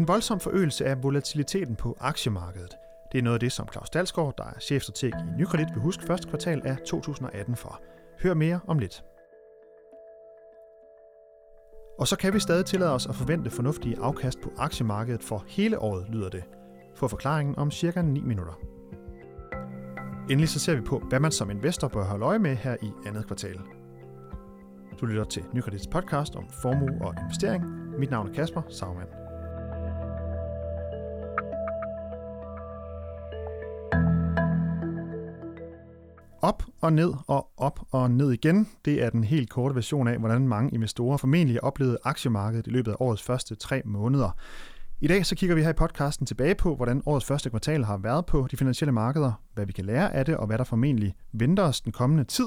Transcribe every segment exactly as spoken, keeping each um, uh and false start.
en voldsom forøgelse af volatiliteten på aktiemarkedet. Det er noget af det, som Claus Dalsgaard, der er chefstrateg i Nykredit, vil huske første kvartal af to tusind og atten for. Hør mere om lidt. Og så kan vi stadig tillade os at forvente fornuftige afkast på aktiemarkedet for hele året, lyder det. For forklaringen om cirka ni minutter. Endelig så ser vi på, hvad man som investor bør holde øje med her i andet kvartal. Du lytter til Nykredits podcast om formue og investering. Mit navn er Kasper Saumann. Op og ned og op og ned igen. Det er den helt korte version af, hvordan mange investorer formentlig oplevede aktiemarkedet i løbet af årets første tre måneder. I dag så kigger vi her i podcasten tilbage på, hvordan årets første kvartal har været på de finansielle markeder, hvad vi kan lære af det, og hvad der formentlig venter os den kommende tid.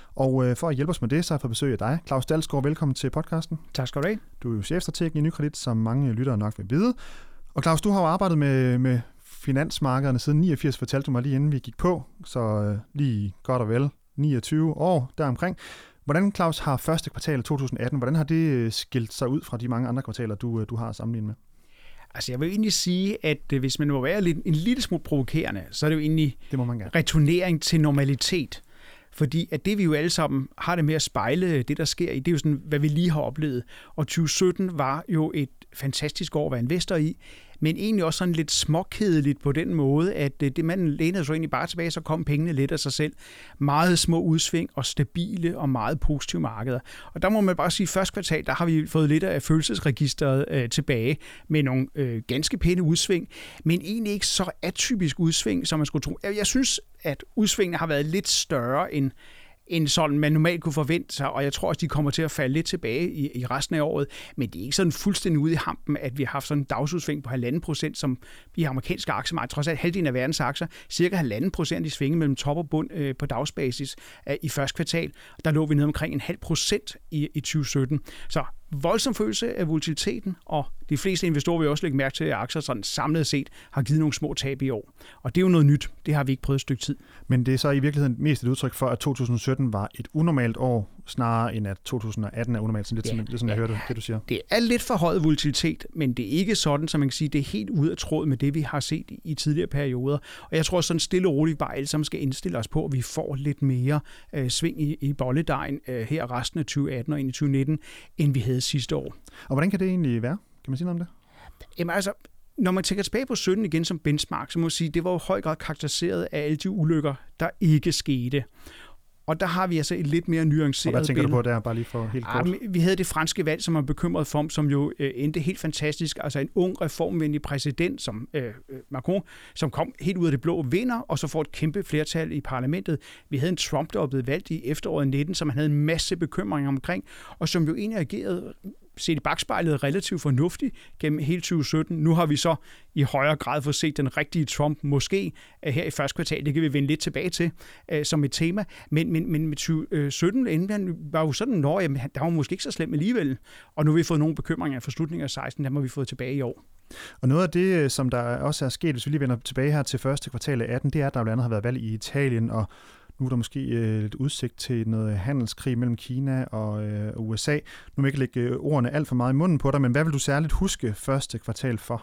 Og for at hjælpe os med det, så har jeg fået besøg af dig, Claus Dalsgaard. Velkommen til podcasten. Tak skal du have. Du er jo chefstrateg i Nykredit, som mange lyttere nok vil vide. Og Claus, du har jo arbejdet med, med finansmarkederne siden niogfirs, fortalte du mig lige inden vi gik på, så øh, lige godt og vel niogtyve år deromkring. Hvordan, Claus, har første kvartal to tusind og atten, hvordan har det skilt sig ud fra de mange andre kvartaler, du, du har sammenlignet med? Altså jeg vil egentlig sige, at hvis man må være lidt, en lille smule provokerende, så er det jo egentlig det må man gerne. Returnering til normalitet. Fordi at det vi jo alle sammen har det med at spejle det, der sker i, det er jo sådan, hvad vi lige har oplevet. Og tyve sytten var jo et fantastisk år at være investor i, men egentlig også sådan lidt småkedeligt på den måde, at det man lænede så egentlig bare tilbage, så kom pengene lidt af sig selv. Meget små udsving og stabile og meget positive markeder. Og der må man bare sige, at første kvartal, der har vi fået lidt af følelsesregisteret øh, tilbage med nogle øh, ganske pæne udsving, men egentlig ikke så atypisk udsving, som man skulle tro. Jeg synes, at udsvingene har været lidt større end end sådan man normalt kunne forvente sig, og jeg tror også, de kommer til at falde lidt tilbage i, i resten af året, men det er ikke sådan fuldstændig ude i hampen, at vi har haft sådan en dagsudsving på halvanden procent, som i amerikanske aktiemarked, trods alt halvdelen af verdens aktier, cirka halvanden procent i svinge mellem top og bund øh, på dagsbasis øh, i første kvartal. Der lå vi ned omkring en halv procent i, i tyve sytten. Så voldsom følelse af volatiliteten, og de fleste investorer vil også lægge mærke til, at aktier sådan samlet set har givet nogle små tab i år. Og det er jo noget nyt. Det har vi ikke prøvet et stykke tid. Men det er så i virkeligheden mest et udtryk for, at to tusind og sytten var et unormalt år, snarere end at to tusind og atten er unormalt, sådan lidt, ja, som, lidt som jeg ja, hørte det, du siger. Det er lidt forhøjet volatilitet, men det er ikke sådan, som man kan sige, det er helt ude af tråd med det, vi har set i tidligere perioder. Og jeg tror sådan stille og roligt bare alle sammen skal indstille os på, at vi får lidt mere øh, sving i, i bolledejen øh, her resten af tyve atten og ind i tyve nitten, end vi havde sidste år. Og hvordan kan det egentlig være? Kan man sige noget om det? Jamen altså, når man tænker tilbage på sytten igen som benchmark, så må man sige, det var jo i høj grad karakteriseret af alle de ulykker, der ikke skete. Og der har vi altså et lidt mere nuanceret Og hvad tænker billede. du på der, bare lige for helt kort? Ja, vi havde det franske valg, som man bekymret for, som jo øh, endte helt fantastisk. Altså en ung, reformvenlig præsident, som øh, Macron, som kom helt ud af det blå, vinder, og så får et kæmpe flertal i parlamentet. Vi havde en Trump, der var blevet valgt i efteråret nitten, som han havde en masse bekymringer omkring, og som jo egentlig agerede set i bagspejlet relativt fornuftigt gennem hele tyve sytten. Nu har vi så i højere grad fået set den rigtige Trump måske her i første kvartal. Det kan vi vende lidt tilbage til uh, som et tema. Men, men, men med tyve sytten inden var jo sådan, at jamen, der var måske ikke så slemt alligevel. Og nu har vi fået nogle bekymringer for slutningen af seksten, der må vi fået tilbage i år. Og noget af det, som der også er sket, hvis vi lige vender tilbage her til første kvartal af atten, det er, at der blandt andet har været valg i Italien, og nu er der måske øh, lidt udsigt til noget handelskrig mellem Kina og øh, U S A. Nu må jeg ikke lægge ordene alt for meget i munden på dig, men hvad vil du særligt huske første kvartal for?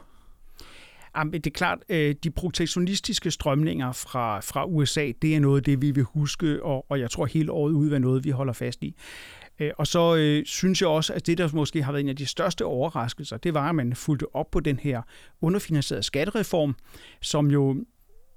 Jamen, det er klart, de protektionistiske strømninger fra, fra U S A, det er noget af det, vi vil huske, og, og jeg tror hele året ud vil noget, vi holder fast i. Og så øh, synes jeg også, at det, der måske har været en af de største overraskelser, det var, at man fulgte op på den her underfinansierede skattereform, som jo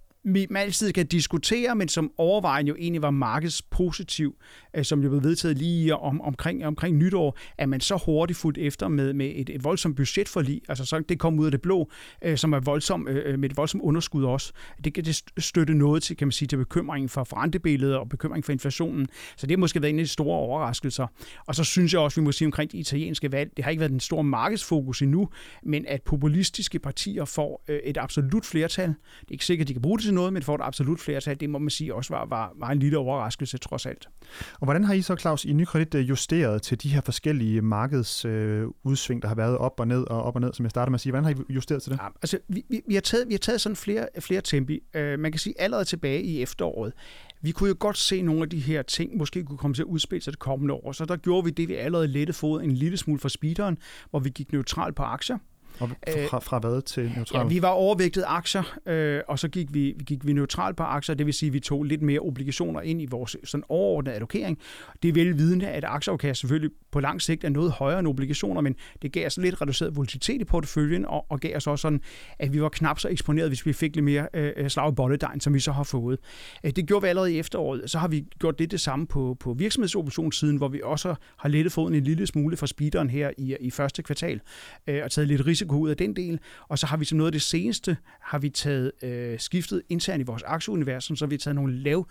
man altid kan diskutere, men som overvejende jo egentlig var markedspositiv, som jo blev vedtaget lige om, omkring, omkring nytår, at man så hurtigt fulgte efter med, med et, et voldsomt budgetforlig. Altså så det kom ud af det blå, som er voldsom, med et voldsomt underskud også. Det kan det støtte noget til, kan man sige, til bekymringen for rentebilledet og bekymring for inflationen. Så det har måske været en af de store overraskelser. Og så synes jeg også, vi må sige omkring de italienske valg, det har ikke været den store markedsfokus endnu, men at populistiske partier får et absolut flertal. Det er ikke sikkert, at de kan bruge det til noget, men får et absolut flertal, det må man sige også var, var, var en lille overraskelse trods alt. Og hvordan har I så, Claus, i Nykredit justeret til de her forskellige markedsudsving, øh, der har været op og ned og op og ned, som jeg startede med at sige? Hvordan har I justeret til det? Ja, altså, vi, vi, vi, har taget, vi har taget sådan flere, flere tempi. Uh, man kan sige allerede tilbage i efteråret. Vi kunne jo godt se nogle af de her ting, måske kunne komme til at udspille sig det kommende år. Så der gjorde vi det, vi allerede lette fod en lille smule for speederen, hvor vi gik neutralt på aktier. Og fra, fra hvad til neutral? Ja, vi var overvægtet aktier, øh, og så gik vi, gik vi neutralt på aktier, det vil sige, at vi tog lidt mere obligationer ind i vores sådan overordnede allokering. Det er velvidende, at aktieafkast selvfølgelig på lang sigt er noget højere end obligationer, men det gav os lidt reduceret volatilitet i porteføljen, og, og gav os også sådan, at vi var knap så eksponeret, hvis vi fik lidt mere øh, slag i bolledejen, som vi så har fået. Det gjorde vi allerede i efteråret. Så har vi gjort det det samme på, på virksomhedsobligationssiden, hvor vi også har lettet foden en lille smule fra speederen her i, i første kvartal, øh, og taget lidt risiko ud af den del. Og så har vi som noget af det seneste, har vi taget øh, skiftet internt i vores aktieunivers, så vi har taget nogle lav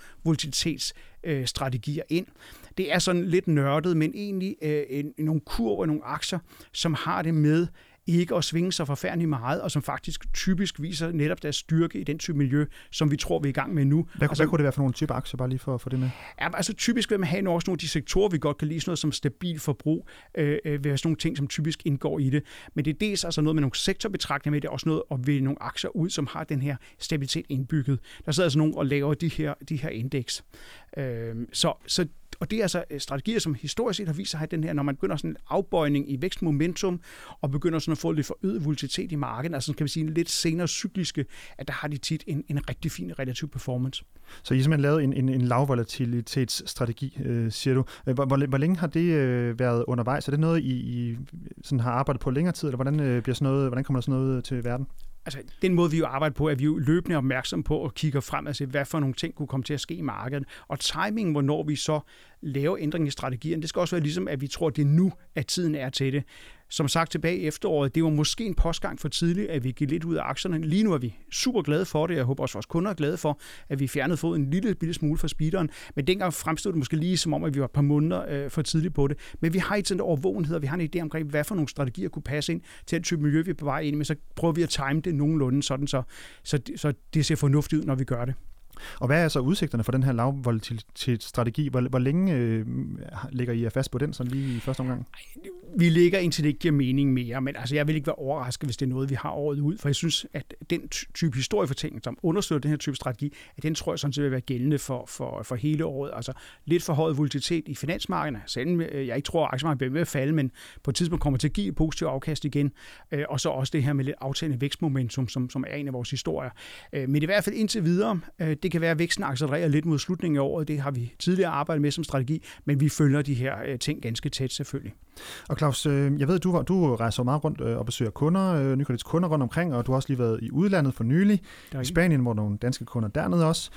volatilitetsstrategier øh, ind. Det er sådan lidt nørdet, men egentlig øh, en, nogle kurver, nogle aktier, som har det med ikke at svinge sig forfærdeligt meget, og som faktisk typisk viser netop deres styrke i den type miljø, som vi tror, vi er i gang med nu. Hvad, altså, hvad kunne det være for nogle type aktier, bare lige for at få det med? Ja, altså typisk vil man have også nogle af de sektorer, vi godt kan lide, sådan noget som stabil forbrug, øh, vil være sådan nogle ting, som typisk indgår i det. Men det er dels altså noget med nogle sektorbetragtninger, men det er også noget at vælge nogle aktier ud, som har den her stabilitet indbygget. Der sidder altså nogen og laver de her, de her indeks. Øh, så, så Og det er altså strategier, som historisk set har vist sig at have den her, når man begynder sådan en afbøjning i vækstmomentum, og begynder sådan at få lidt forøget volatilitet i markedet, altså kan vi sige en lidt senere cykliske, at der har de tit en, en rigtig fin relativ performance. Så I har simpelthen lavet en, en, en lavvolatilitetsstrategi, øh, siger du. Hvor, hvor, hvor længe har det øh, været undervejs? Er det noget, I, I sådan har arbejdet på længere tid, eller hvordan, øh, bliver sådan noget, hvordan kommer der sådan noget til verden? Altså, den måde, vi jo arbejder på, er vi jo løbende opmærksom på og kigger frem og ser, hvad for nogle ting kunne komme til at ske i markedet. Og timingen, hvornår vi så laver ændring i strategien, det skal også være ligesom, at vi tror, at det er nu, at tiden er til det. Som sagt tilbage i efteråret, det var måske en postgang for tidligt, at vi gik lidt ud af aktierne. Lige nu er vi super glade for det. Jeg håber også, at vores kunder er glade for, at vi fjernede fået en lille, lille smule fra speederen. Men dengang fremstod det måske lige som om, at vi var et par måneder øh, for tidligt på det. Men vi har ikke sådan en overvågenhed, og vi har en idé omkring, hvad for nogle strategier kunne passe ind til den type miljø, vi er på vej ind i. Men så prøver vi at time det nogenlunde, sådan så, så, så det ser fornuftigt ud, når vi gør det. Og hvad er så udsigterne for den her lavvolatilitetsstrategi? Hvor, hvor længe øh, ligger I fast på den sådan lige i første omgang? Vi ligger indtil det ikke giver mening mere, men altså, jeg vil ikke være overrasket, hvis det er noget, vi har året ud, for jeg synes, at den type historiefortælling, som understøtter den her type strategi, at den tror jeg sådan set vil være gældende for, for, for hele året. Altså lidt for høj volatilitet i finansmarkederne, selvom jeg ikke tror, at aktiemarkedet bliver ved at falde, men på et tidspunkt kommer til at give et positivt afkast igen, og så også det her med lidt aftagende vækstmomentum, som, som er en af vores historier. Men i hvert fald indtil videre, det kan være, at væksten accelererer lidt mod slutningen af året, det har vi tidligere arbejdet med som strategi, men vi følger de her ting ganske tæt selvfølgelig. Og Claus, jeg ved, du, du rejser meget rundt og besøger kunder, Nykredits kunder rundt omkring, og du har også lige været i udlandet for nylig, i Spanien, hvor nogle danske kunder dernede også.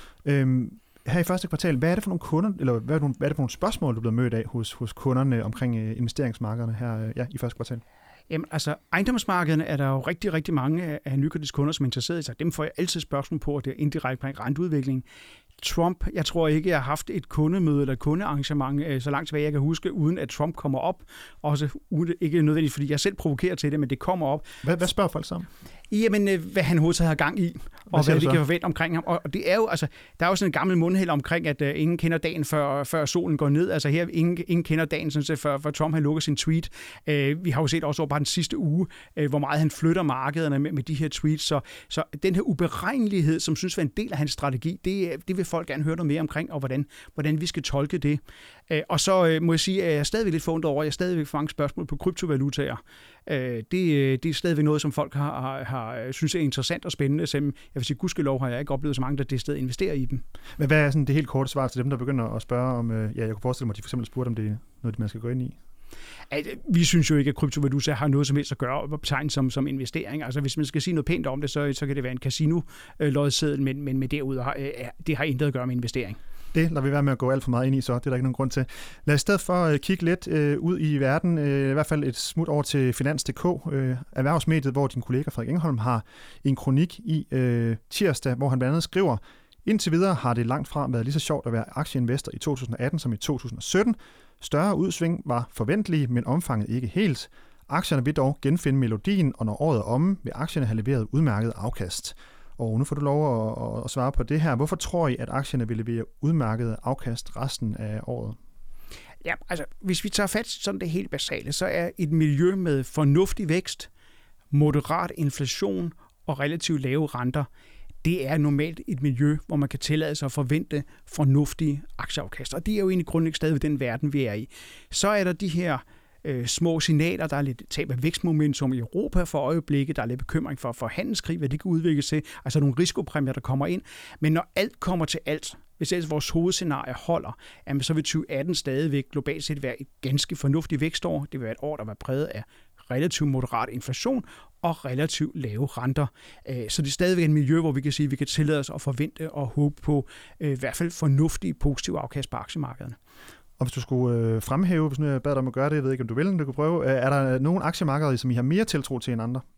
Her i første kvartal, hvad er det for nogle kunder, eller hvad er det, hvad er det for nogle spørgsmål, du er blevet mødt af hos, hos kunderne omkring investeringsmarkederne her ja, i første kvartal? Jamen, altså, ejendomsmarkederne er der jo rigtig, rigtig mange af Nykredits kunder, som er interesseret i sig. Dem får jeg altid spørgsmål på, og det er indirekte omkring renteudvikling. Trump, jeg tror ikke, jeg har haft et kundemøde eller et kundearrangement så langt tilbage, jeg kan huske, uden at Trump kommer op. Også ikke nødvendigt, fordi jeg selv provokerer til det, men det kommer op. Hvad, hvad spørger folk så om? Jamen, hvad han hovedet har gang i, og hvad, hvad vi kan forvente omkring ham. Og det er jo, altså, der er jo sådan en gammel mundhælder omkring, at uh, ingen kender dagen, før, før solen går ned. Altså her, ingen, ingen kender dagen, sådan set, før, før Trump har lukket sin tweet. Uh, vi har jo set også over bare den sidste uge, uh, hvor meget han flytter markederne med, med de her tweets. Så, så den her uberegnelighed, som synes var en del af hans strategi, det, det vil folk gerne høre noget mere omkring, og hvordan, hvordan vi skal tolke det. Uh, og så uh, må jeg sige, at jeg er stadigvæk lidt forundret over, at jeg stadigvæk får mange spørgsmål på kryptovalutaer. Uh, det, det er stadigvæk noget, som folk har, har, har synes er interessant og spændende. Så jeg vil sige, gudskelov har jeg ikke oplevet så mange, der det sted investerer i dem. Men hvad er sådan det helt korte svar til dem, der begynder at spørge om, ja, jeg kunne forestille mig, at de for eksempel spurgte, om det er noget, man skal gå ind i? At, vi synes jo ikke, at kryptovaluta har noget som helst at gøre og betegnet som, som investering. Altså hvis man skal sige noget pænt om det, så, så kan det være en casino-lodseddel, men, men med derude har, det har intet at gøre med investering. Det lader vi være med at gå alt for meget ind i, så det er der ikke nogen grund til. Lad os i stedet for kigge lidt øh, ud i verden, øh, i hvert fald et smut over til Finans punktum d k, øh, erhvervsmediet, hvor din kollega Frederik Engholm har en kronik i øh, tirsdag, hvor han blandt andet skriver: indtil videre har det langt fra været lige så sjovt at være aktieinvestor i to tusind atten som i to tusind sytten. Større udsving var forventelige, men omfanget ikke helt. Aktierne vil dog genfinde melodien, og når året er omme, vil aktierne have leveret udmærket afkast. Og nu får du lov at, at svare på det her. Hvorfor tror I, at aktierne vil levere udmærket afkast resten af året? Ja, altså hvis vi tager fat sådan det helt basale, så er et miljø med fornuftig vækst, moderat inflation og relativt lave renter, det er normalt et miljø, hvor man kan tillade sig at forvente fornuftige aktieafkast. Og det er jo egentlig grundlæggende stadig den verden, vi er i. Så er der de her øh, små signaler. Der er lidt tab af vækstmomentum i Europa for øjeblikket. Der er lidt bekymring for, for handelskrig, hvad det kan udvikle sig. Altså nogle risikopræmier, der kommer ind. Men når alt kommer til alt, hvis ellers vores hovedscenarie holder, jamen, så vil tyve atten stadigvæk globalt set være et ganske fornuftigt vækstår. Det vil være et år, der var præget af relativt moderat inflation og relativt lave renter. Så det er stadigvæk et miljø, hvor vi kan sige, at vi kan tillade os at forvente og håbe på i hvert fald fornuftige, positive afkast på aktiemarkederne. Og hvis du skulle øh, fremhæve, hvis nu jeg bad dig om at gøre det, jeg ved ikke, om du vil, du kunne prøve, er der nogle aktiemarkeder, som I har mere tiltro til end andre?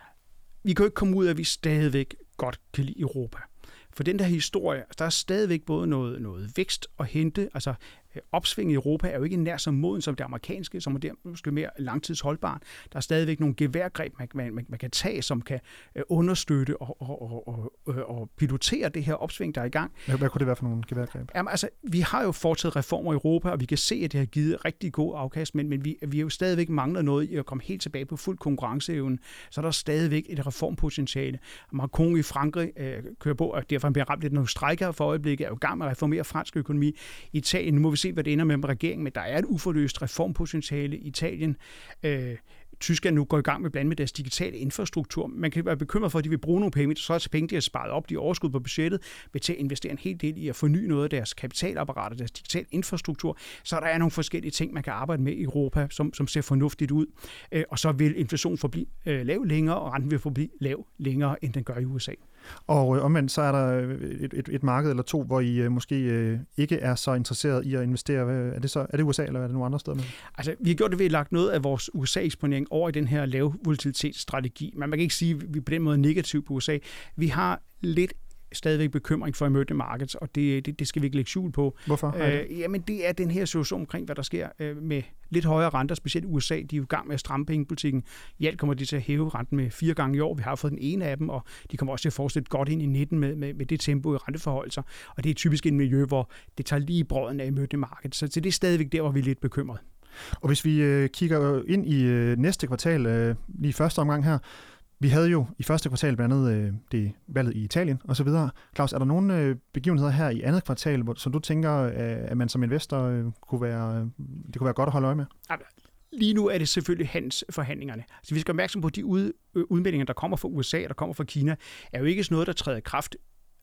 Vi kan jo ikke komme ud af, at vi stadigvæk godt kan lide Europa. For den der historie, der er stadigvæk både noget, noget vækst at hente, altså opsving i Europa er jo ikke nær så moden som det amerikanske, som er der måske mere langtidsholdbart. Der er stadigvæk nogle geværgreb, man, man, man kan tage, som kan understøtte og, og, og, og, og pilotere det her opsving, der er i gang. Hvad, hvad kunne det være for nogle geværgreb? Jamen, altså, vi har jo foretaget reformer i Europa, og vi kan se, at det har givet rigtig god afkast, men, men vi, vi har jo stadigvæk mangler noget i at komme helt tilbage på fuld konkurrenceevne, så er der stadigvæk et reformpotentiale. Macron i Frankrig øh, kører på, og derfor bliver ramt lidt nogle strejker for øjeblikket, er jo i gang med at reformere fransk økonomi. I Italien, nu må vi se, hvad det ender med med regeringen, men der er et uforløst reformpotentiale i Italien. Øh, Tyskland nu går i gang med blandt andet med deres digitale infrastruktur. Man kan være bekymret for, at de vil bruge nogle penge, så er det penge, de har sparet op, de overskud på budgettet, ved til at investere en hel del i at forny noget af deres kapitalapparater, deres digitale infrastruktur. Så der er nogle forskellige ting, man kan arbejde med i Europa, som, som ser fornuftigt ud. Øh, og så vil inflationen forblive øh, lav længere, og renten vil forblive lav længere, end den gør i U S A. Og øh, omvendt, så er der et, et, et marked eller to, hvor I øh, måske øh, ikke er så interesseret i at investere. Er det, så, er det U S A, eller er det nogle andre steder med? Altså, vi har gjort det ved at lagt noget af vores U S A-eksponering over i den her lave volatilitetsstrategi. Men man kan ikke sige, at vi er på den måde negativ på U S A. Vi har lidt stadigvæk bekymring for emerging markets, og det, det, det skal vi ikke lægge skjul på. Hvorfor? Øh, jamen, det er den her situation omkring, hvad der sker øh, med lidt højere renter, specielt U S A. De er jo i gang med at stramme pengepolitikken. I alt kommer de til at hæve renten med fire gange i år. Vi har fået den ene af dem, og de kommer også til at fortsætte godt ind i nitten med, med, med det tempo i renteforholdelser. Og det er typisk et miljø, hvor det tager lige brøden af emerging markets. Så det er stadigvæk der, hvor vi er lidt bekymret. Og hvis vi øh, kigger ind i øh, næste kvartal, øh, lige første omgang her, vi havde jo i første kvartal blandt andet øh, det valget i Italien og så videre. Claus, er der nogle øh, begivenheder her i andet kvartal, hvor, som du tænker, øh, at man som investor øh, kunne være, øh, det kunne være godt at holde øje med? Lige nu er det selvfølgelig handelsforhandlingerne. Så vi skal være opmærksom på, at de ud, øh, udmeldinger, der kommer fra U S A og der kommer fra Kina, er jo ikke sådan noget, der træder i kraft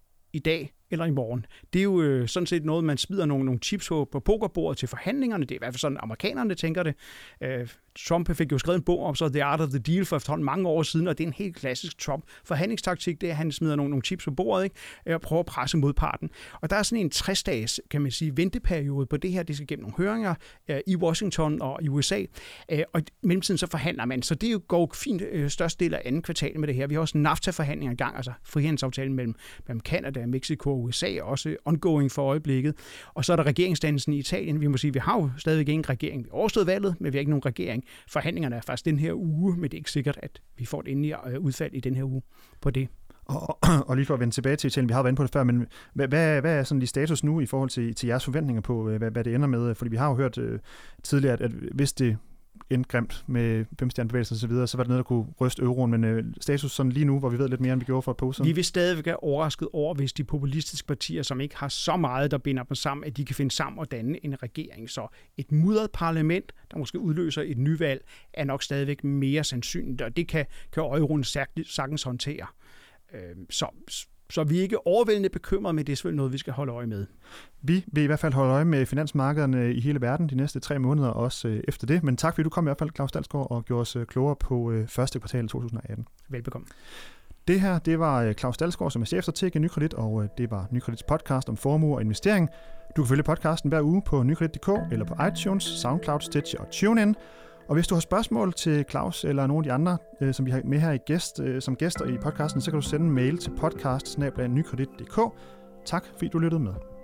i dag eller i morgen. Det er jo øh, sådan set noget, man smider nogle, nogle chips på, på pokerbordet til forhandlingerne. Det er i hvert fald sådan, amerikanerne tænker det. Øh, Trump fik jo skrevet en bog om så The Art of the Deal for efterhånden mange år siden, og det er en helt klassisk Trump-forhandlingstaktik, det er, at han smider nogle, nogle chips på bordet, ikke? Og prøver at presse modparten. Og der er sådan en tres-dages, kan man sige, venteperiode på det her. Det skal gennem nogle høringer øh, i Washington og i U S A, øh, og i mellemtiden så forhandler man. Så det går fint øh, største del af anden kvartal med det her. Vi har også NAFTA-forhandlinger i gang, altså frihandelsaftalen mellem, mellem Canada, Mexico og U S A, også ongoing for øjeblikket. Og så er der regeringsdannelsen i Italien. Vi må sige, vi har jo stadigvæk ingen regering. Vi overstod valget, men vi har ikke nogen regering. Forhandlingerne er faktisk den her uge, men det er ikke sikkert, at vi får et endeligt udfald i den her uge på det. Og, og lige for at vende tilbage til Italien, vi har været inde på det før, men hvad, hvad, hvad er sådan lige status nu i forhold til, til jeres forventninger på, hvad, hvad det ender med? Fordi vi har jo hørt uh, tidligere, at, at hvis det endte grimt med femstjernebevægelser og så videre, så var det noget, der kunne ryste euroen, men øh, status sådan lige nu, hvor vi ved lidt mere, end vi gjorde for et par uger siden. Vi vil stadig være overrasket over, hvis de populistiske partier, som ikke har så meget, der binder dem sammen, at de kan finde sammen og danne en regering. Så et mudret parlament, der måske udløser et nyvalg, er nok stadigvæk mere sandsynligt, og det kan, kan euroen sagtens håndtere. Øh, så Så vi er ikke overvældende bekymrede, men det er selvfølgelig noget, vi skal holde øje med. Vi vil i hvert fald holde øje med finansmarkederne i hele verden de næste tre måneder, også efter det. Men tak fordi du kom i hvert fald, Claus Dalsgaard, og gjorde os klogere på første kvartal to tusind atten. Velbekomme. Det her, det var Claus Dalsgaard, som er chefstrateg i Nykredit, og det var Nykredits podcast om formue og investering. Du kan følge podcasten hver uge på nykredit punktum d k eller på iTunes, SoundCloud, Stitch og TuneIn. Og hvis du har spørgsmål til Claus eller nogle af de andre, øh, som vi har med her i gæst, øh, som gæster i podcasten, så kan du sende en mail til podcast snabel-a nykredit punktum d k. Tak fordi du lyttede med.